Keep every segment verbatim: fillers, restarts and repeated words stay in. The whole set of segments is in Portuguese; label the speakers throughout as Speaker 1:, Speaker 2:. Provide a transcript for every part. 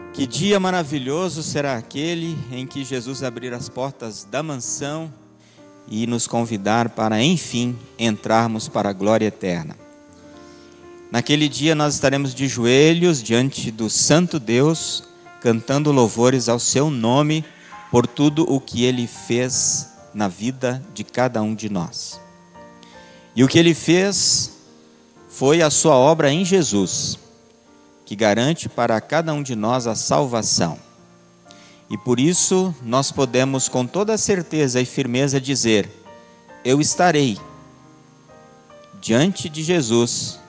Speaker 1: Que dia maravilhoso será aquele em que Jesus abrir as portas da mansão e nos convidar para, enfim, entrarmos para a glória eterna. Naquele dia nós estaremos de joelhos diante do Santo Deus, cantando louvores ao seu nome por tudo o que Ele fez na vida de cada um de nós. E o que Ele fez foi a sua obra em Jesus, que garante para cada um de nós a salvação. E por isso nós podemos com toda certeza e firmeza dizer: eu estarei diante de Jesus,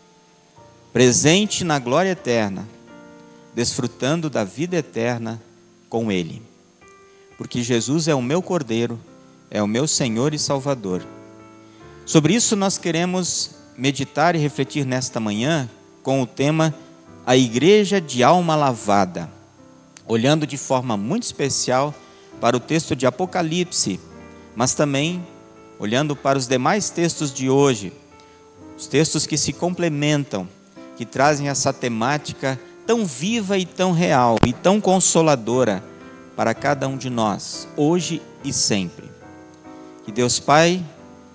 Speaker 1: presente na glória eterna, desfrutando da vida eterna com Ele. Porque Jesus é o meu Cordeiro, é o meu Senhor e Salvador. Sobre isso nós queremos meditar e refletir nesta manhã com o tema A Igreja de Alma Lavada, olhando de forma muito especial para o texto de Apocalipse, mas também olhando para os demais textos de hoje, os textos que se complementam, que trazem essa temática tão viva e tão real e tão consoladora para cada um de nós, hoje e sempre. Que Deus Pai,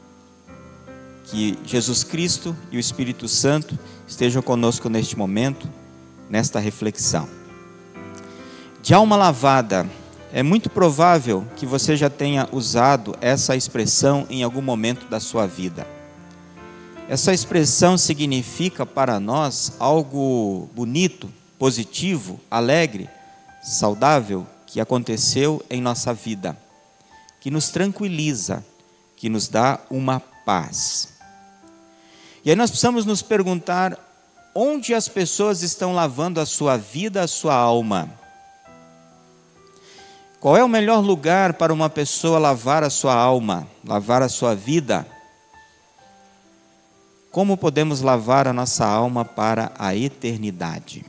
Speaker 1: que Jesus Cristo e o Espírito Santo estejam conosco neste momento, nesta reflexão. De alma lavada, é muito provável que você já tenha usado essa expressão em algum momento da sua vida. Essa expressão significa para nós algo bonito, positivo, alegre, saudável que aconteceu em nossa vida, que nos tranquiliza, que nos dá uma paz. E aí nós precisamos nos perguntar: onde as pessoas estão lavando a sua vida, a sua alma? Qual é o melhor lugar para uma pessoa lavar a sua alma, lavar a sua vida? Como podemos lavar a nossa alma para a eternidade?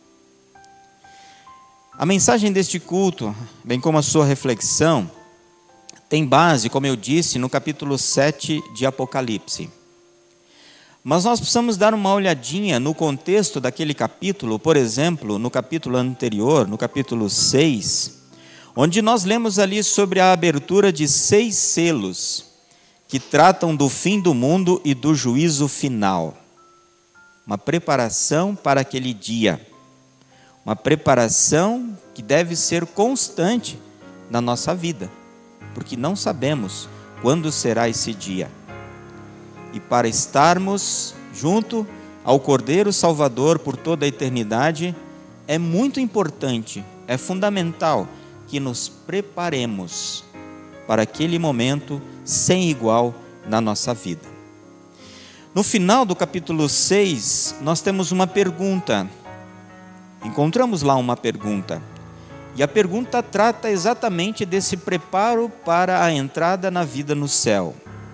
Speaker 1: A mensagem deste culto, bem como a sua reflexão, tem base, como eu disse, no capítulo sete de Apocalipse. Mas nós precisamos dar uma olhadinha no contexto daquele capítulo, por exemplo, no capítulo anterior, no capítulo seis, onde nós lemos ali sobre a abertura de seis selos, que tratam do fim do mundo e do juízo final. Uma preparação para aquele dia. Uma preparação que deve ser constante na nossa vida, porque não sabemos quando será esse dia. E para estarmos junto ao Cordeiro Salvador por toda a eternidade, é muito importante, é fundamental que nos preparemos para aquele momento sem igual na nossa vida. No final do capítulo seis, nós temos uma pergunta. Encontramos lá uma pergunta. E a pergunta trata exatamente desse preparo para a entrada na vida no céu.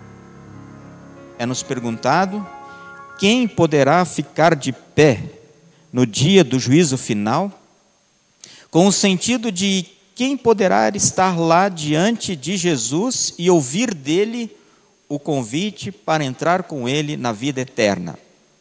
Speaker 1: É nos perguntado: quem poderá ficar de pé no dia do juízo final? Com o sentido de quem poderá estar lá diante de Jesus e ouvir dele o convite para entrar com ele na vida eterna.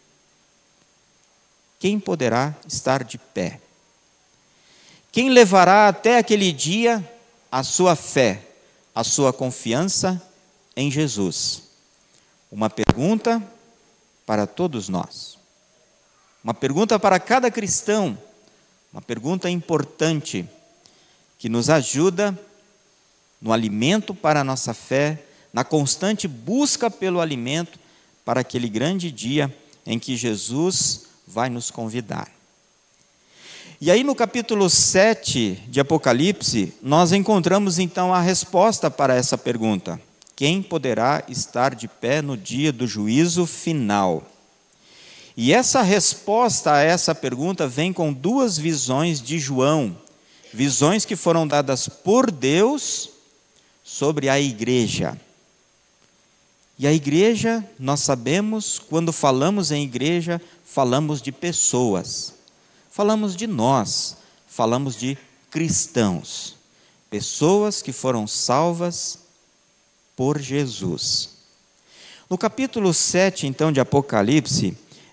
Speaker 1: Quem poderá estar de pé? Quem levará até aquele dia a sua fé, a sua confiança em Jesus? Uma pergunta para todos nós. Uma pergunta para cada cristão. Uma pergunta importante que nos ajuda no alimento para a nossa fé, na constante busca pelo alimento para aquele grande dia em que Jesus vai nos convidar. E aí no capítulo sete de Apocalipse, nós encontramos então a resposta para essa pergunta: quem poderá estar de pé no dia do juízo final? E essa resposta a essa pergunta vem com duas visões de João, visões que foram dadas por Deus sobre a igreja. E a igreja, nós sabemos, quando falamos em igreja, falamos de pessoas, falamos de nós, falamos de cristãos, pessoas que foram salvas por Jesus. No capítulo sete, então, de Apocalipse,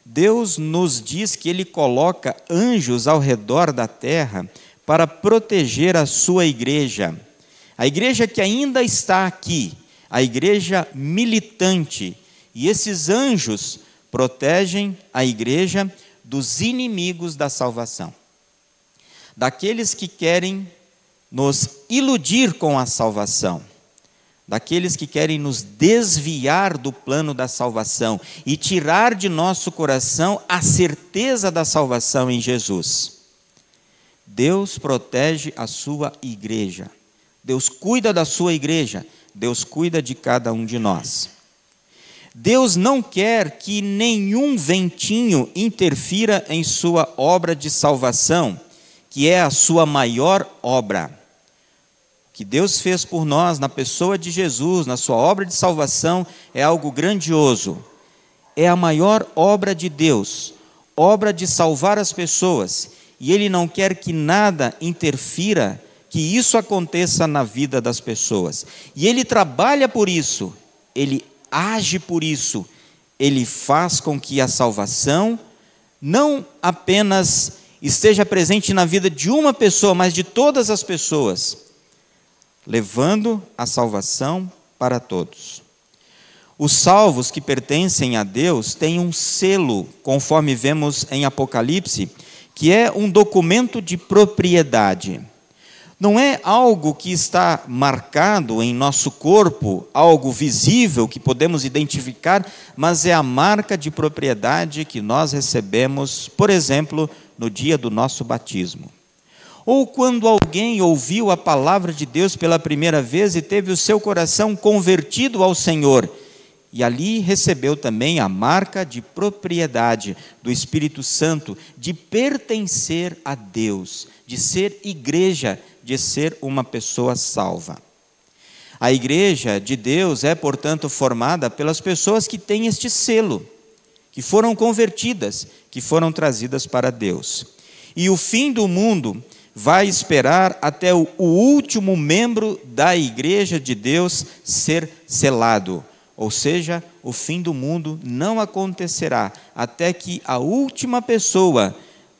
Speaker 1: Deus nos diz que Ele coloca anjos ao redor da terra para proteger a sua igreja. A igreja que ainda está aqui, a igreja militante. E esses anjos protegem a igreja dos inimigos da salvação. Daqueles que querem nos iludir com a salvação. Daqueles que querem nos desviar do plano da salvação e tirar de nosso coração a certeza da salvação em Jesus. Deus protege a sua igreja. Deus cuida da sua igreja. Deus cuida de cada um de nós. Deus não quer que nenhum ventinho interfira em sua obra de salvação, que é a sua maior obra. O que Deus fez por nós na pessoa de Jesus, na sua obra de salvação, é algo grandioso. É a maior obra de Deus, obra de salvar as pessoas. E Ele não quer que nada interfira, que isso aconteça na vida das pessoas. E Ele trabalha por isso, Ele age por isso, Ele faz com que a salvação não apenas esteja presente na vida de uma pessoa, mas de todas as pessoas, levando a salvação para todos. Os salvos que pertencem a Deus têm um selo, conforme vemos em Apocalipse, que é um documento de propriedade. Não é algo que está marcado em nosso corpo, algo visível que podemos identificar, mas é a marca de propriedade que nós recebemos, por exemplo, no dia do nosso batismo. Ou quando alguém ouviu a palavra de Deus pela primeira vez e teve o seu coração convertido ao Senhor, e ali recebeu também a marca de propriedade do Espírito Santo, de pertencer a Deus, de ser igreja, de ser uma pessoa salva. A igreja de Deus é, portanto, formada pelas pessoas que têm este selo, que foram convertidas, que foram trazidas para Deus. E o fim do mundo vai esperar até o último membro da igreja de Deus ser selado. Ou seja, o fim do mundo não acontecerá até que a última pessoa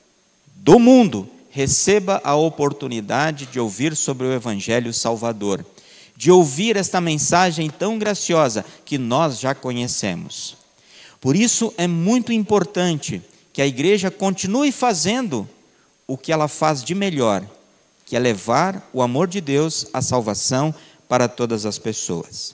Speaker 1: do mundo receba a oportunidade de ouvir sobre o Evangelho Salvador, de ouvir esta mensagem tão graciosa que nós já conhecemos. Por isso é muito importante que a igreja continue fazendo o que ela faz de melhor, que é levar o amor de Deus, a salvação para todas as pessoas.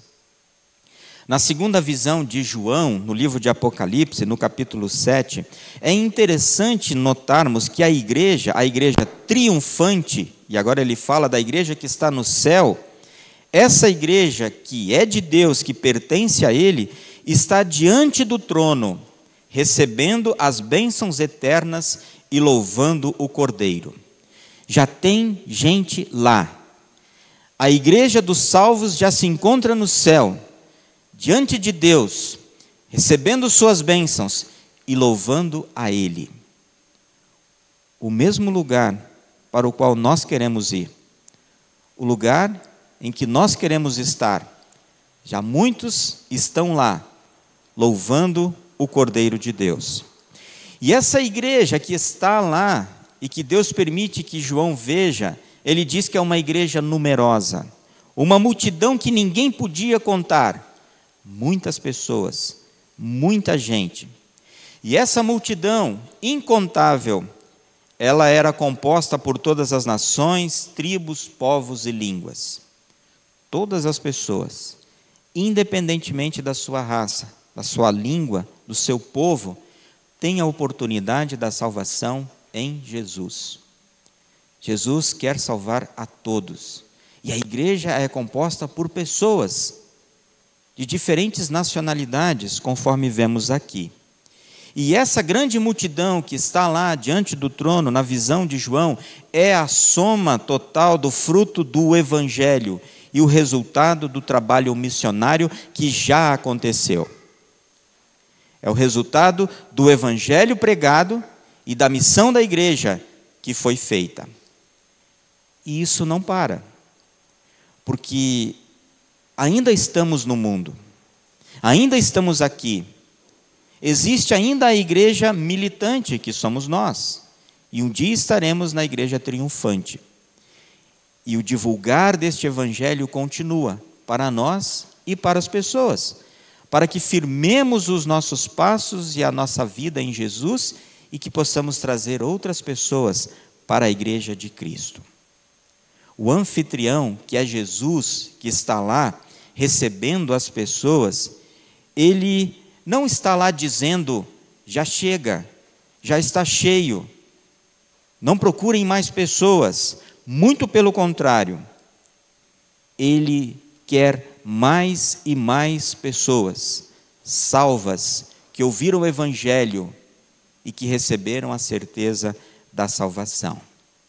Speaker 1: Na segunda visão de João, no livro de Apocalipse, no capítulo sete, é interessante notarmos que a igreja, a igreja triunfante, e agora ele fala da igreja que está no céu, essa igreja que é de Deus, que pertence a Ele, está diante do trono, recebendo as bênçãos eternas e louvando o Cordeiro. Já tem gente lá. A igreja dos salvos já se encontra no céu, diante de Deus, recebendo suas bênçãos e louvando a Ele. O mesmo lugar para o qual nós queremos ir, o lugar em que nós queremos estar, já muitos estão lá, louvando o Cordeiro de Deus. E essa igreja que está lá, e que Deus permite que João veja, ele diz que é uma igreja numerosa, uma multidão que ninguém podia contar, muitas pessoas, muita gente. E essa multidão incontável, ela era composta por todas as nações, tribos, povos e línguas. Todas as pessoas, independentemente da sua raça, da sua língua, do seu povo, têm a oportunidade da salvação em Jesus. Jesus quer salvar a todos. E a igreja é composta por pessoas de diferentes nacionalidades, conforme vemos aqui. E essa grande multidão que está lá diante do trono, na visão de João, é a soma total do fruto do Evangelho e o resultado do trabalho missionário que já aconteceu. É o resultado do Evangelho pregado e da missão da igreja que foi feita. E isso não para, porque ainda estamos no mundo, ainda estamos aqui, Existe ainda a igreja militante, que somos nós, e um dia estaremos na igreja triunfante. E o divulgar deste evangelho continua para nós e para as pessoas, para que firmemos os nossos passos e a nossa vida em Jesus e que possamos trazer outras pessoas para a igreja de Cristo. O anfitrião, que é Jesus, que está lá recebendo as pessoas, ele não está lá dizendo, já chega, já está cheio, não procurem mais pessoas. Muito pelo contrário, ele quer mais e mais pessoas salvas, que ouviram o evangelho e que receberam a certeza da salvação.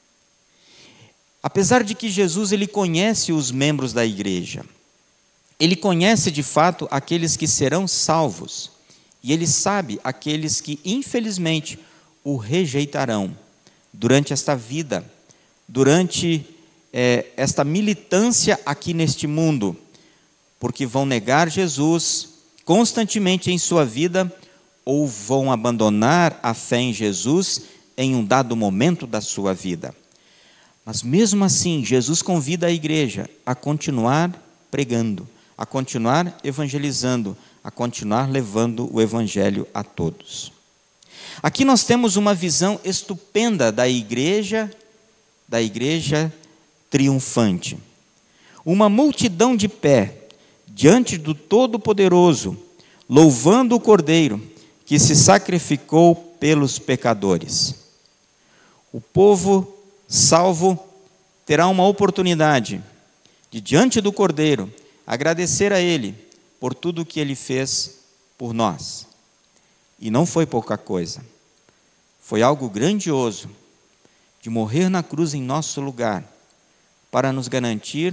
Speaker 1: Apesar de que Jesus ele conhece os membros da igreja, ele conhece de fato aqueles que serão salvos, e ele sabe aqueles que infelizmente o rejeitarão durante esta vida, durante é, esta militância aqui neste mundo, porque vão negar Jesus constantemente em sua vida, ou vão abandonar a fé em Jesus em um dado momento da sua vida. Mas mesmo assim, Jesus convida a igreja a continuar pregando, a continuar evangelizando, a continuar levando o evangelho a todos. Aqui nós temos uma visão estupenda da igreja, da igreja triunfante. Uma multidão de pé, diante do Todo-Poderoso, louvando o Cordeiro, que se sacrificou pelos pecadores. O povo salvo terá uma oportunidade de, diante do Cordeiro, agradecer a Ele por tudo o que Ele fez por nós. E não foi pouca coisa. Foi algo grandioso, de morrer na cruz em nosso lugar, para nos garantir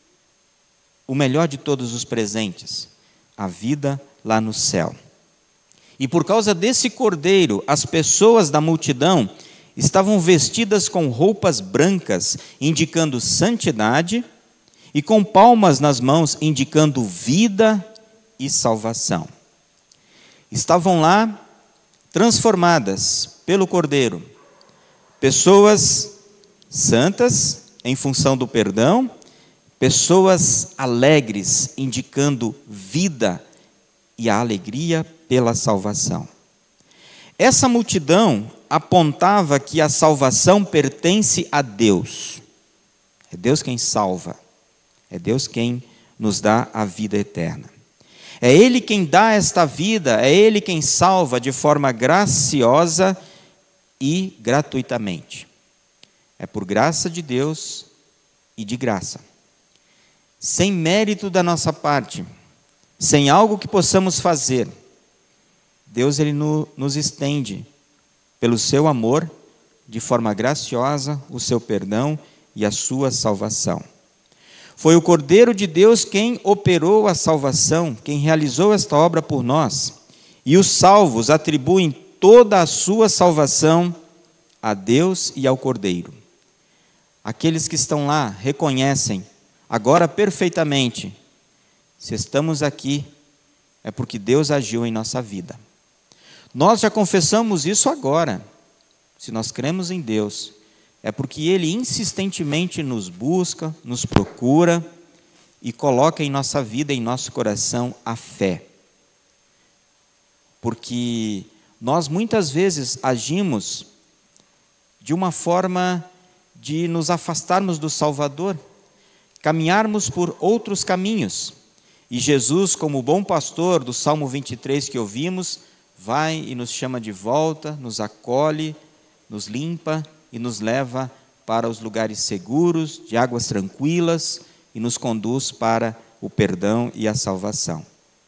Speaker 1: o melhor de todos os presentes, a vida lá no céu. E por causa desse Cordeiro, as pessoas da multidão estavam vestidas com roupas brancas, indicando santidade, e com palmas nas mãos, indicando vida e salvação. Estavam lá transformadas pelo Cordeiro, pessoas santas em função do perdão, pessoas alegres, indicando vida e a alegria pela salvação. Essa multidão apontava que a salvação pertence a Deus. É Deus quem salva. É Deus quem nos dá a vida eterna. É Ele quem dá esta vida, é Ele quem salva de forma graciosa e gratuitamente. É por graça de Deus e de graça. Sem mérito da nossa parte, sem algo que possamos fazer, Deus ele no, nos estende, pelo seu amor, de forma graciosa, o seu perdão e a sua salvação. Foi o Cordeiro de Deus quem operou a salvação, quem realizou esta obra por nós. E os salvos atribuem toda a sua salvação a Deus e ao Cordeiro. Aqueles que estão lá reconhecem, agora perfeitamente, se estamos aqui, é porque Deus agiu em nossa vida. Nós já confessamos isso agora. Se nós cremos em Deus, é porque Ele insistentemente nos busca, nos procura e coloca em nossa vida, em nosso coração, a fé. Porque nós muitas vezes agimos de uma forma de nos afastarmos do Salvador, caminharmos por outros caminhos. E Jesus, como bom pastor do Salmo vinte e três que ouvimos, vai e nos chama de volta, nos acolhe, nos limpa e nos leva para os lugares seguros, de águas tranquilas, e nos conduz para o perdão e a salvação.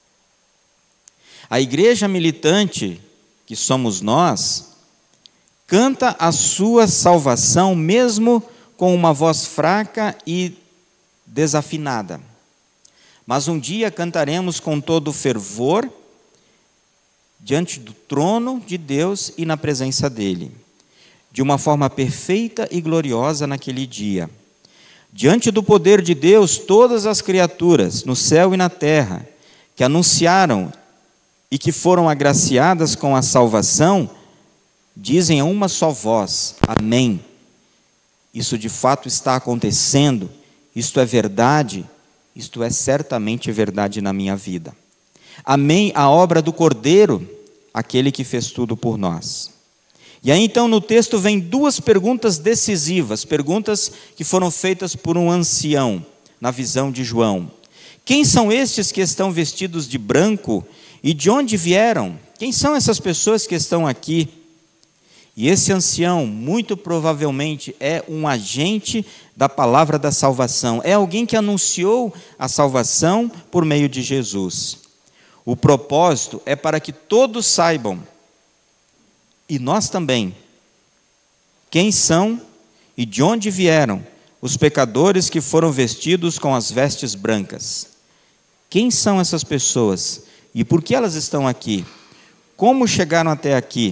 Speaker 1: A igreja militante, que somos nós, canta a sua salvação mesmo com uma voz fraca e desafinada. Mas um dia cantaremos com todo fervor, diante do trono de Deus e na presença dEle, de uma forma perfeita e gloriosa naquele dia. Diante do poder de Deus, todas as criaturas, no céu e na terra, que anunciaram e que foram agraciadas com a salvação, dizem a uma só voz: amém. Isso de fato está acontecendo, isto é verdade, isto é certamente verdade na minha vida. Amém a obra do Cordeiro, aquele que fez tudo por nós. E aí então no texto vem duas perguntas decisivas, perguntas que foram feitas por um ancião, na visão de João. Quem são estes que estão vestidos de branco e de onde vieram? Quem são essas pessoas que estão aqui? E esse ancião, muito provavelmente, é um agente da palavra da salvação. É alguém que anunciou a salvação por meio de Jesus. O propósito é para que todos saibam, e nós também, quem são e de onde vieram os pecadores que foram vestidos com as vestes brancas. Quem são essas pessoas? E por que elas estão aqui? Como chegaram até aqui?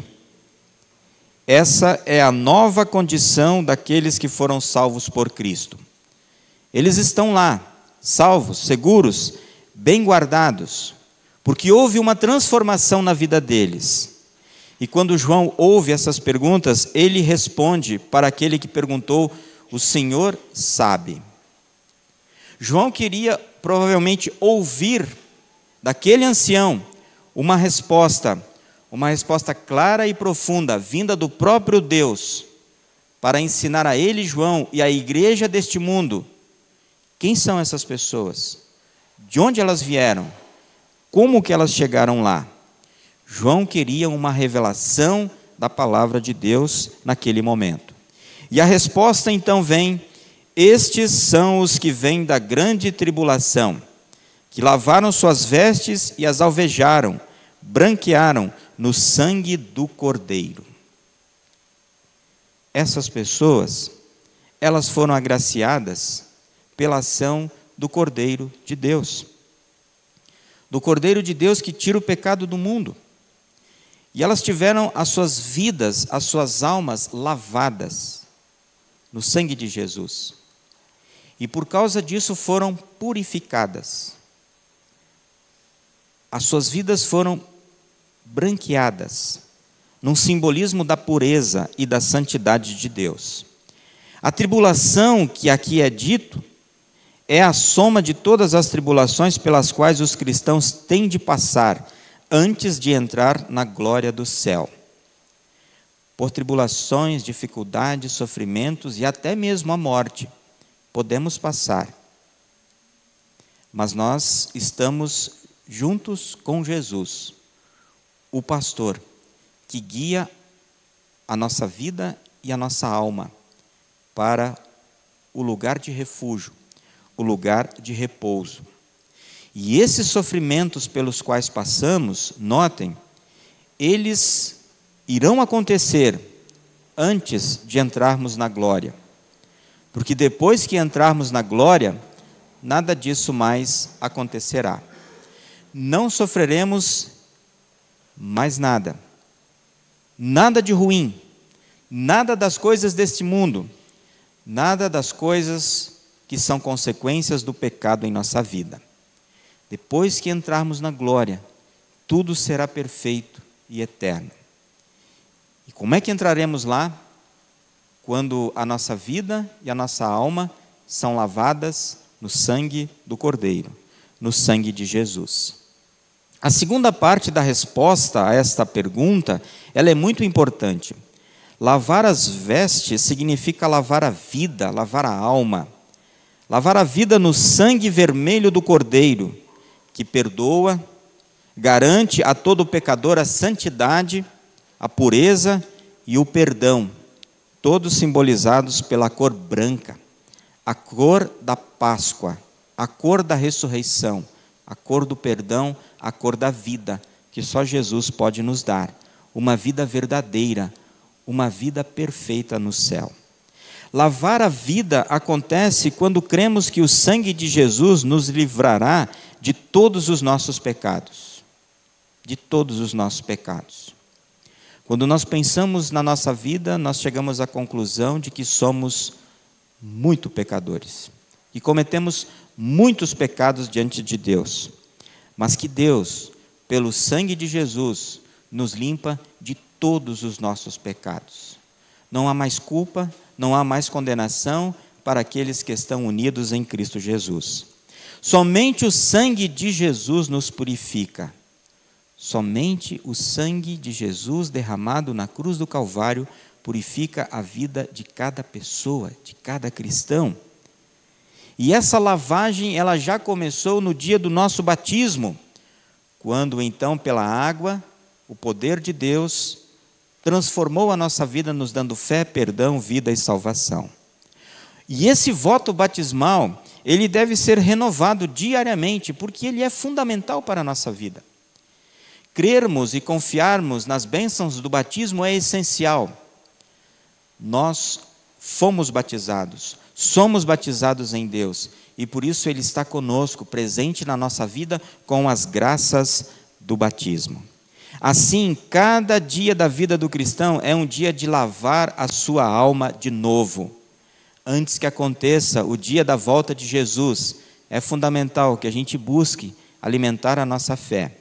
Speaker 1: Essa é a nova condição daqueles que foram salvos por Cristo. Eles estão lá, salvos, seguros, bem guardados, porque houve uma transformação na vida deles. E quando João ouve essas perguntas, ele responde para aquele que perguntou: o Senhor sabe. João queria provavelmente ouvir daquele ancião uma resposta, uma resposta clara e profunda, vinda do próprio Deus, para ensinar a ele, João, e a igreja deste mundo, quem são essas pessoas, de onde elas vieram, como que elas chegaram lá. João queria uma revelação da palavra de Deus naquele momento. E a resposta então vem: estes são os que vêm da grande tribulação, que lavaram suas vestes e as alvejaram, branquearam no sangue do Cordeiro. Essas pessoas, elas foram agraciadas pela ação do Cordeiro de Deus. Do Cordeiro de Deus que tira o pecado do mundo. E elas tiveram as suas vidas, as suas almas lavadas no sangue de Jesus. E por causa disso foram purificadas. As suas vidas foram branqueadas, num simbolismo da pureza e da santidade de Deus. A tribulação que aqui é dito é a soma de todas as tribulações pelas quais os cristãos têm de passar antes de entrar na glória do céu. Por tribulações, dificuldades, sofrimentos e até mesmo a morte, podemos passar. Mas nós estamos juntos com Jesus, o pastor, que guia a nossa vida e a nossa alma para o lugar de refúgio, o lugar de repouso. E esses sofrimentos pelos quais passamos, notem, eles irão acontecer antes de entrarmos na glória. Porque depois que entrarmos na glória, nada disso mais acontecerá. Não sofreremos mais nada. Nada de ruim. Nada das coisas deste mundo. Nada das coisas que são consequências do pecado em nossa vida. Depois que entrarmos na glória, tudo será perfeito e eterno. E como é que entraremos lá? Quando a nossa vida e a nossa alma são lavadas no sangue do Cordeiro, no sangue de Jesus. A segunda parte da resposta a esta pergunta, ela é muito importante. Lavar as vestes significa lavar a vida, lavar a alma. Lavar a vida no sangue vermelho do Cordeiro, que perdoa, garante a todo pecador a santidade, a pureza e o perdão, todos simbolizados pela cor branca, a cor da Páscoa, a cor da ressurreição, a cor do perdão, a cor da vida, que só Jesus pode nos dar, uma vida verdadeira, uma vida perfeita no céu. Lavar a vida acontece quando cremos que o sangue de Jesus nos livrará de todos os nossos pecados, de todos os nossos pecados. Quando nós pensamos na nossa vida, nós chegamos à conclusão de que somos muito pecadores, que cometemos muitos pecados diante de Deus, mas que Deus, pelo sangue de Jesus, nos limpa de todos os nossos pecados. Não há mais culpa, não há mais condenação para aqueles que estão unidos em Cristo Jesus. Somente o sangue de Jesus nos purifica. Somente o sangue de Jesus derramado na cruz do Calvário purifica a vida de cada pessoa, de cada cristão. E essa lavagem, ela já começou no dia do nosso batismo, quando então, pela água, o poder de Deus transformou a nossa vida, nos dando fé, perdão, vida e salvação. E esse voto batismal, ele deve ser renovado diariamente, porque ele é fundamental para a nossa vida. Crermos e confiarmos nas bênçãos do batismo é essencial. Nós fomos batizados, somos batizados em Deus, e por isso Ele está conosco, presente na nossa vida, com as graças do batismo. Assim, cada dia da vida do cristão é um dia de lavar a sua alma de novo. Antes que aconteça o dia da volta de Jesus, é fundamental que a gente busque alimentar a nossa fé.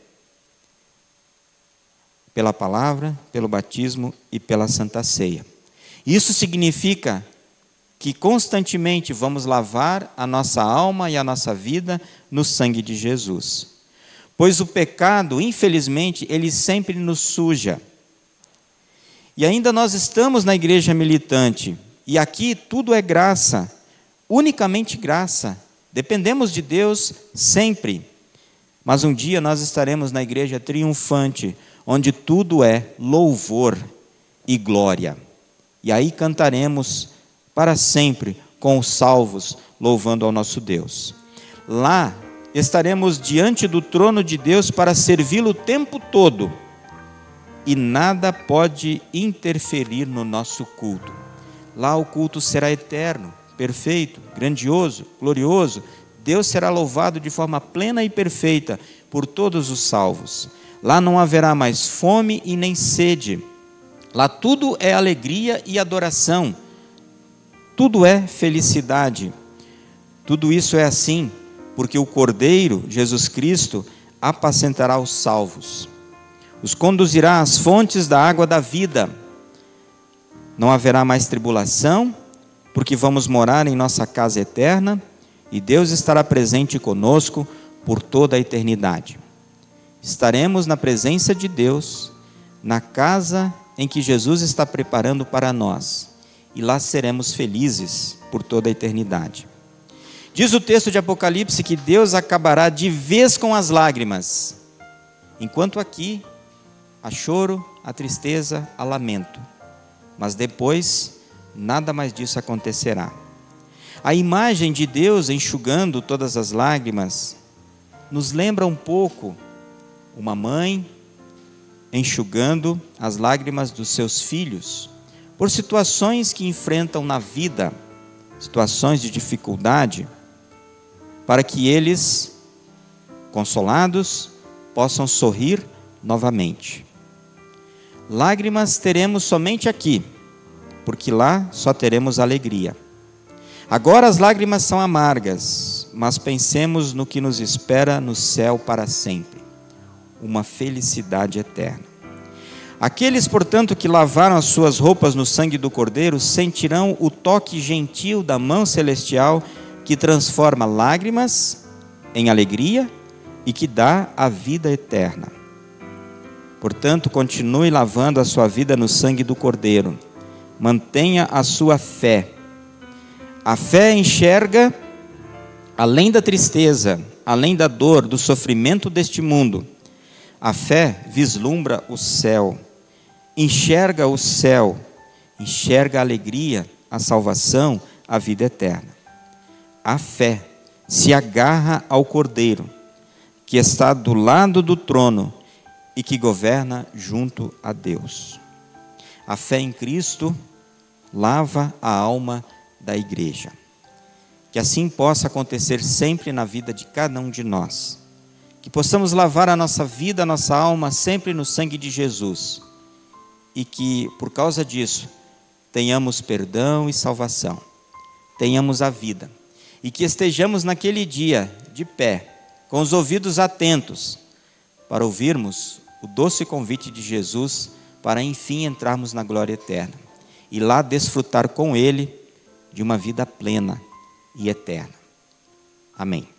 Speaker 1: Pela palavra, pelo batismo e pela Santa Ceia. Isso significa que constantemente vamos lavar a nossa alma e a nossa vida no sangue de Jesus. Pois o pecado, infelizmente, ele sempre nos suja. E ainda nós estamos na igreja militante, e aqui tudo é graça, unicamente graça. Dependemos de Deus sempre. Mas um dia nós estaremos na igreja triunfante, onde tudo é louvor e glória. E aí cantaremos para sempre com os salvos, louvando ao nosso Deus. Lá estaremos diante do trono de Deus para servi-lo o tempo todo. E nada pode interferir no nosso culto. Lá o culto será eterno, perfeito, grandioso, glorioso. Deus será louvado de forma plena e perfeita por todos os salvos. Lá não haverá mais fome e nem sede. Lá tudo é alegria e adoração. Tudo é felicidade. Tudo isso é assim, porque o Cordeiro, Jesus Cristo, apacentará os salvos. Os conduzirá às fontes da água da vida. Não haverá mais tribulação, porque vamos morar em nossa casa eterna, e Deus estará presente conosco por toda a eternidade. Estaremos na presença de Deus, na casa em que Jesus está preparando para nós, e lá seremos felizes por toda a eternidade. Diz o texto de Apocalipse que Deus acabará de vez com as lágrimas, enquanto aqui há choro, há tristeza, há lamento, mas depois nada mais disso acontecerá. A imagem de Deus enxugando todas as lágrimas nos lembra um pouco uma mãe enxugando as lágrimas dos seus filhos por situações que enfrentam na vida, situações de dificuldade, para que eles, consolados, possam sorrir novamente. Lágrimas teremos somente aqui, porque lá só teremos alegria. Agora as lágrimas são amargas, mas pensemos no que nos espera no céu para sempre, uma felicidade eterna. Aqueles, portanto, que lavaram as suas roupas no sangue do Cordeiro, sentirão o toque gentil da mão celestial que transforma lágrimas em alegria e que dá a vida eterna. Portanto, continue lavando a sua vida no sangue do Cordeiro. Mantenha a sua fé. A fé enxerga além da tristeza, além da dor, do sofrimento deste mundo. A fé vislumbra o céu, enxerga o céu, enxerga a alegria, a salvação, a vida eterna. A fé se agarra ao Cordeiro, que está do lado do trono e que governa junto a Deus. A fé em Cristo lava a alma da igreja. Que assim possa acontecer sempre na vida de cada um de nós. Que possamos lavar a nossa vida, a nossa alma, sempre no sangue de Jesus. E que, por causa disso, tenhamos perdão e salvação. Tenhamos a vida. E que estejamos naquele dia, de pé, com os ouvidos atentos, para ouvirmos o doce convite de Jesus para enfim entrarmos na glória eterna e lá desfrutar com Ele de uma vida plena e eterna. Amém.